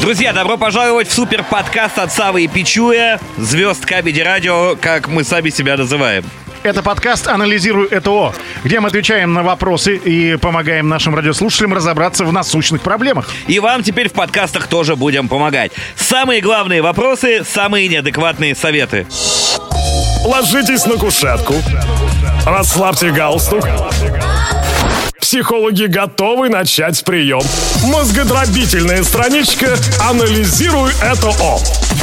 Друзья, добро пожаловать в супер-подкаст от Савы и Пичуя, звезд Comedy Radio, как мы сами себя называем. Это подкаст «Анализирую ЭТО», где мы отвечаем на вопросы и помогаем нашим радиослушателям разобраться в насущных проблемах. И вам теперь в подкастах тоже будем помогать. Самые главные вопросы, самые неадекватные советы. Ложитесь на кушетку, расслабьте галстук. Психологи готовы начать прием. Мозгодробительная страничка «Анализирую ЭТО».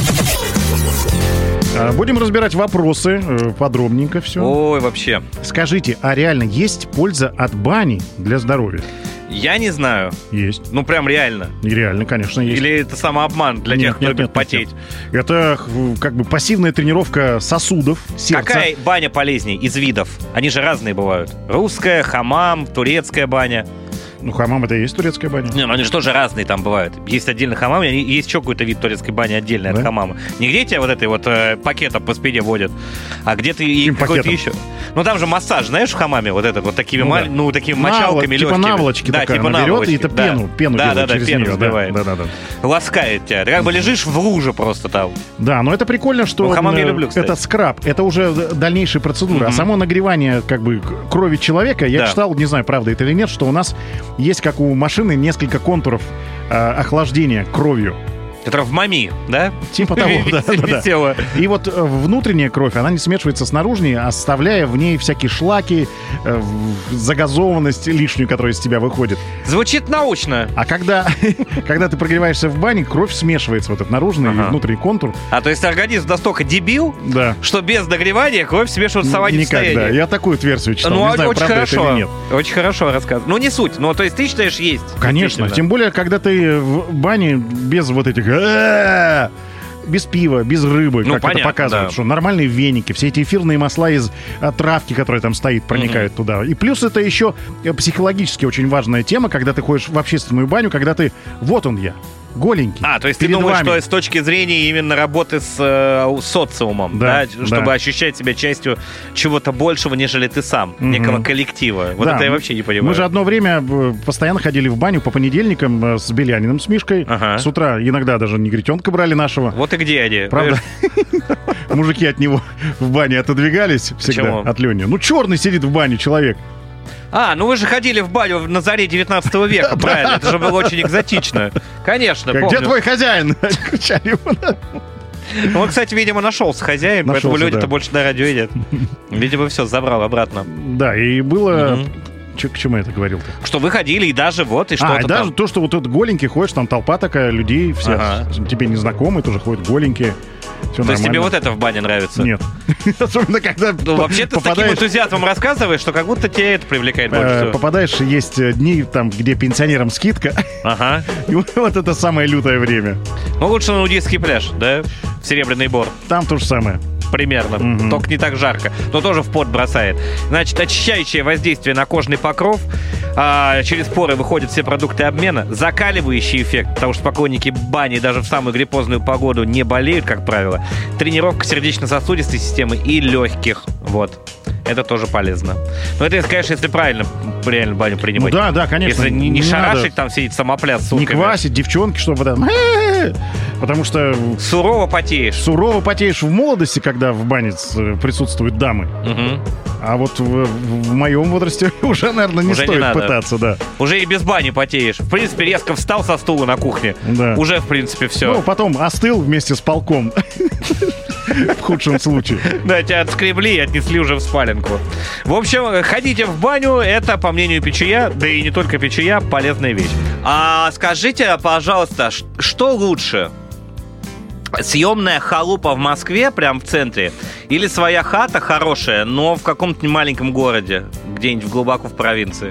Будем разбирать вопросы подробненько все. Ой, вообще. Скажите, а реально есть польза от бани для здоровья? Я не знаю. Есть. Ну, прям реально. И реально, конечно, есть. Или это самообман для тех, кто любит потеть? Нет. Это как бы пассивная тренировка сосудов, сердца. Какая баня полезней из видов? Они же разные бывают. Русская, хамам, турецкая баня. Ну, хамам это и есть турецкая баня. Не, ну они же тоже разные там бывают. Есть отдельный хамам, и есть еще какой-то вид турецкой бани отдельный от хамама. Не где тебя вот этой вот пакетом по спине водят, а где-то и какой-то еще. Ну там же массаж, знаешь, в хамаме вот этот вот такими, такими мочалками легкими. Типа наволочки такая, типа она берет, наволочки. и это пену делает через пену нее. сбивает. Да. Ласкает тебя. Ты как бы лежишь в луже просто там. Да, но это прикольно, что хамам я люблю, кстати. Это скраб, это уже дальнейшая процедура. А само нагревание как бы крови человека, я читал, не знаю, правда это или нет, что у нас есть, как у машины, несколько контуров охлаждения кровью. Это в мами, да? Типа того, да. И вот внутренняя кровь, она не смешивается с наружней, оставляя в ней всякие шлаки, загазованность лишнюю, которая из тебя выходит. Звучит научно. А когда ты прогреваешься в бане, кровь смешивается, вот этот наружный и внутренний контур. А то есть организм настолько дебил, что без нагревания кровь смешивается в состоянии. Никогда. Я такую версию читал. Ну, не знаю, очень правда хорошо. это или нет. Очень хорошо рассказано. Ну, не суть. Ну, то есть ты считаешь, есть. Конечно. Тем более, когда ты в бане без вот этих... без пива, без рыбы, как понятно, это показывают, что нормальные веники, все эти эфирные масла из травки, которая там стоит, проникают туда. И плюс это еще психологически очень важная тема, когда ты ходишь в общественную баню, когда ты, вот он я, голенький. То есть ты думаешь, что с точки зрения именно работы с социумом, чтобы ощущать себя частью чего-то большего, нежели ты сам, некого коллектива. Вот это я вообще не понимаю. Мы же одно время постоянно ходили в баню по понедельникам с Беляниным, с Мишкой. С утра иногда даже негритенка брали нашего. Вот и где они? Правда? Мужики от него в бане отодвигались всегда, от Лени. Ну, черный сидит в бане человек. Ну вы же ходили в баню на заре 19 века, правильно? Это же было очень экзотично. Конечно, помню. Где твой хозяин? Кричали ему. Ну, он, кстати, видимо, нашелся хозяин, поэтому люди-то больше на радио едят. Видимо, все, забрал обратно. Да, и было... К чему я это говорил-то? Что вы ходили, и даже вот, и что-то и даже то, что вот тут голенький ходишь, там толпа такая, людей, все тебе незнакомые, тоже ходят голенькие. Все то нормально. есть тебе вот это в бане нравится? Нет. Особенно когда вообще ты с таким энтузиазмом рассказываешь, что как будто тебя это привлекает больше всего. Попадаешь, есть дни, там, где пенсионерам скидка. И вот это самое лютое время. Ну, лучше на нудистский пляж, да? В Серебряный Бор. Там то же самое. Примерно. Только не так жарко. Но тоже в пот бросает. Значит, очищающее воздействие на кожный покров. Через поры выходят все продукты обмена. Закаливающий эффект, потому что поклонники бани даже в самую гриппозную погоду не болеют, как правило. Тренировка сердечно-сосудистой системы и легких. Вот. Это тоже полезно. Но это, конечно, если правильно реально баню принимать. Ну да, конечно. Если не шарашить, там сидеть самопляс сутками. Не квасить, девчонки, чтобы там... Потому что... Сурово потеешь. Сурово потеешь в молодости, когда в бане присутствуют дамы. А вот в моем возрасте уже, наверное, не стоит пытаться, да. Уже и без бани потеешь. В принципе, резко встал со стула на кухне. Да. Уже, в принципе, все. Ну, потом остыл вместе с полком. В худшем случае. Да, тебя отскребли и отнесли уже в спаленку. В общем, ходите в баню, это, по мнению Пичуя, да и не только Пичуя, полезная вещь. А скажите, пожалуйста, что лучше? Съемная халупа в Москве, прям в центре, или своя хата хорошая, но в каком-то маленьком городе, где-нибудь глубоко в провинции?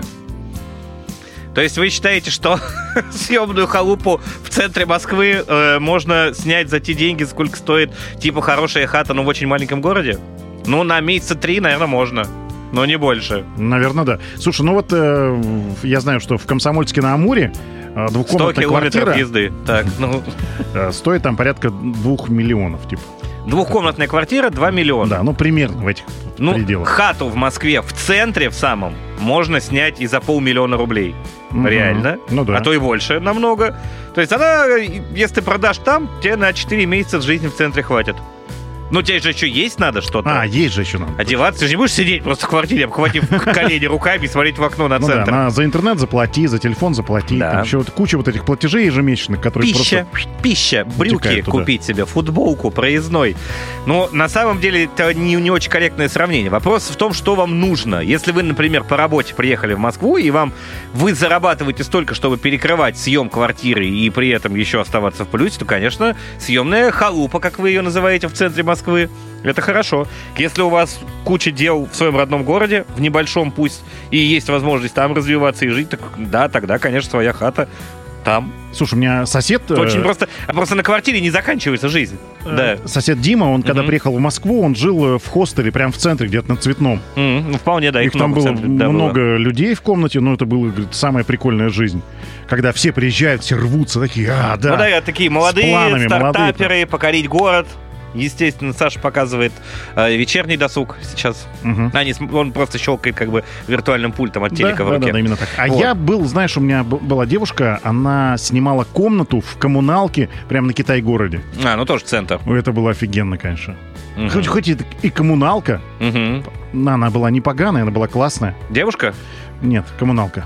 То есть вы считаете, что съемную халупу в центре Москвы можно снять за те деньги, сколько стоит типа хорошая хата, но в очень маленьком городе? Ну, на месяца 3, наверное, можно. Но не больше. Наверное, да. Слушай, ну вот я знаю, что в Комсомольске-на-Амуре двухкомнатная 100 километров квартира езды. Так, стоит там порядка 2 миллионов, типа. Двухкомнатная квартира 2 миллиона. Да, ну примерно в этих пределах. Хату в Москве в центре в самом можно снять и за 500 000 рублей. Реально. Ну да. А то и больше намного. То есть она, если ты продашь там, тебе на 4 месяца жизни в центре хватит. Ну, тебе же еще есть надо что-то. Есть же еще надо. Одеваться. Ты же не будешь сидеть просто в квартире, обхватив колени руками и смотреть в окно на центр. Да, за интернет заплати, за телефон заплати. Да. Там еще куча вот этих платежей ежемесячных, которые Пища, брюки купить себе, футболку, проездной. Но на самом деле это не очень корректное сравнение. Вопрос в том, что вам нужно. Если вы, например, по работе приехали в Москву, и вы зарабатываете столько, чтобы перекрывать съем квартиры и при этом еще оставаться в плюсе, то, конечно, съемная халупа, как вы ее называете, в центре Москвы, это хорошо. Если у вас куча дел в своем родном городе, в небольшом пусть, и есть возможность там развиваться и жить, так да, тогда, конечно, своя хата там. Слушай, у меня сосед... Очень просто на квартире не заканчивается жизнь. Да. Сосед Дима, он когда приехал в Москву, он жил в хостеле прямо в центре, где-то на Цветном. Ну, вполне, да, их там было много людей в комнате, но это была, говорит, самая прикольная жизнь. Когда все приезжают, все рвутся, такие, да. Ну да, такие молодые стартаперы, покорить город. Естественно, Саша показывает вечерний досуг сейчас. Он просто щелкает как бы виртуальным пультом от телека в руке. Да, именно так. Я был, знаешь, у меня была девушка, она снимала комнату в коммуналке прямо на Китай-городе. Ну тоже центр. Это было офигенно, конечно. Хоть и коммуналка, она была не поганая, она была классная. Девушка? Нет, коммуналка.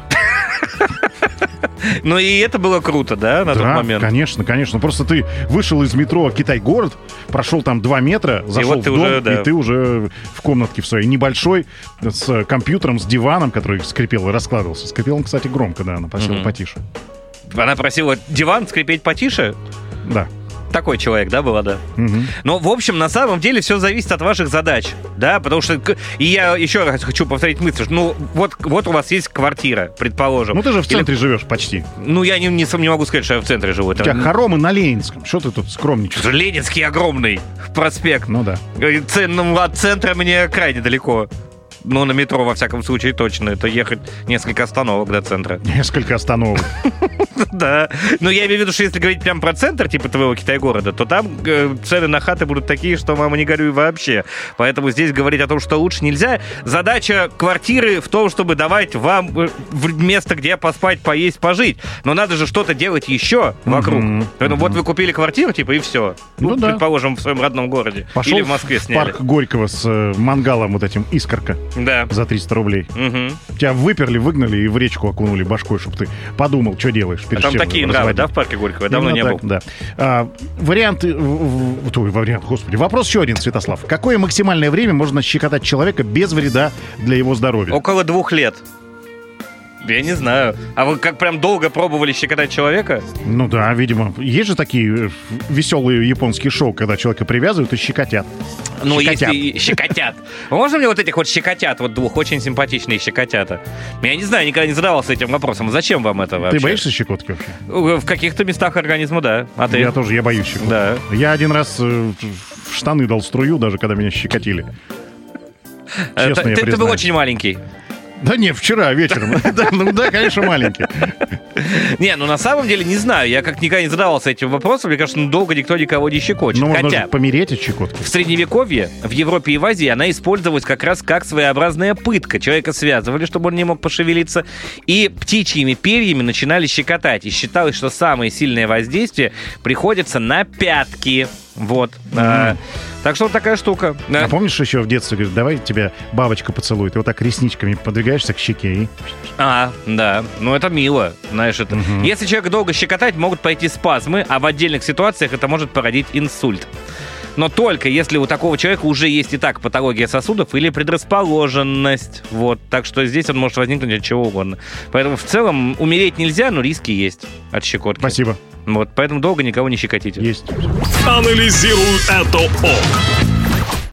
Ну и это было круто, да, на тот момент? Конечно. Просто ты вышел из метро Китай-город, прошел там 2 метра, зашел в дом, и ты уже в комнатке в своей небольшой, с компьютером, с диваном, который скрипел и раскладывался. Скрипел он, кстати, громко, да, она просила потише. Она просила диван скрипеть потише? Да. Такой человек, да, была, да? Но, в общем, на самом деле все зависит от ваших задач, да, потому что... И я еще раз хочу повторить мысль, что, вот у вас есть квартира, предположим. Ну, ты же в центре живешь почти. Ну, я не могу сказать, что я в центре живу. У тебя хоромы на Ленинском. Что ты тут скромничаешь? Ленинский огромный проспект. Ну, да. От центра мне крайне далеко. Ну, на метро, во всяком случае, точно. Это ехать несколько остановок до центра. Несколько остановок. Да. Но я имею в виду, что если говорить прям про центр, типа твоего Китай-города, то там цены на хаты будут такие, что, мама, не горюй вообще. Поэтому здесь говорить о том, что лучше нельзя. Задача квартиры в том, чтобы давать вам место, где поспать, поесть, пожить. Но надо же что-то делать еще вокруг. Поэтому вот вы купили квартиру, типа, и все. Ну, предположим, в своем родном городе. Пошел или в Москве сняли. Парк Горького с мангалом вот этим «Искорка». Да. За 300 рублей. Тебя выперли, выгнали и в речку окунули башкой, чтобы ты подумал, что делаешь. Там такие нравы, да, в парке Горького? Я давно не был. Да. Господи. Вопрос еще один, Святослав. Какое максимальное время можно щекотать человека без вреда для его здоровья? Около 2 лет. Я не знаю. А вы как прям долго пробовали щекотать человека? Ну да, видимо. Есть же такие веселые японские шоу, когда человека привязывают и щекотят. Ну, если щекотят. Можно мне вот этих вот щекотят, вот 2 очень симпатичные щекотята? Я не знаю, никогда не задавался этим вопросом. Зачем вам это вообще? Ты боишься щекотки вообще? В каких-то местах организма, да. А ты? Я боюсь щекотки. Да. Я один раз в штаны дал струю, даже когда меня щекотили. Честно, я признаюсь. Ты был очень маленький. Да не, вчера вечером. Да, конечно, маленький. Не, на самом деле не знаю. Я как никогда не задавался этим вопросом. Мне кажется, долго никто никого не щекочет. Ну, можно же помереть от щекотки. В Средневековье, в Европе и в Азии она использовалась как раз как своеобразная пытка. Человека связывали, чтобы он не мог пошевелиться, и птичьими перьями начинали щекотать. И считалось, что самое сильное воздействие приходится на пятки. Вот. Так что вот такая штука. А помнишь, еще в детстве говорят, давай тебя бабочка поцелует. И вот так ресничками подвигаешься к щеке и... Да. Ну, это мило. Знаешь, это... Если человека долго щекотать, могут пойти спазмы, а в отдельных ситуациях это может породить инсульт. Но только если у такого человека уже есть и так патология сосудов или предрасположенность. Вот. Так что здесь он может возникнуть от чего угодно. Поэтому в целом умереть нельзя, но риски есть от щекотки. Спасибо. Вот, поэтому долго никого не щекотите. Есть. Анализируй это ок.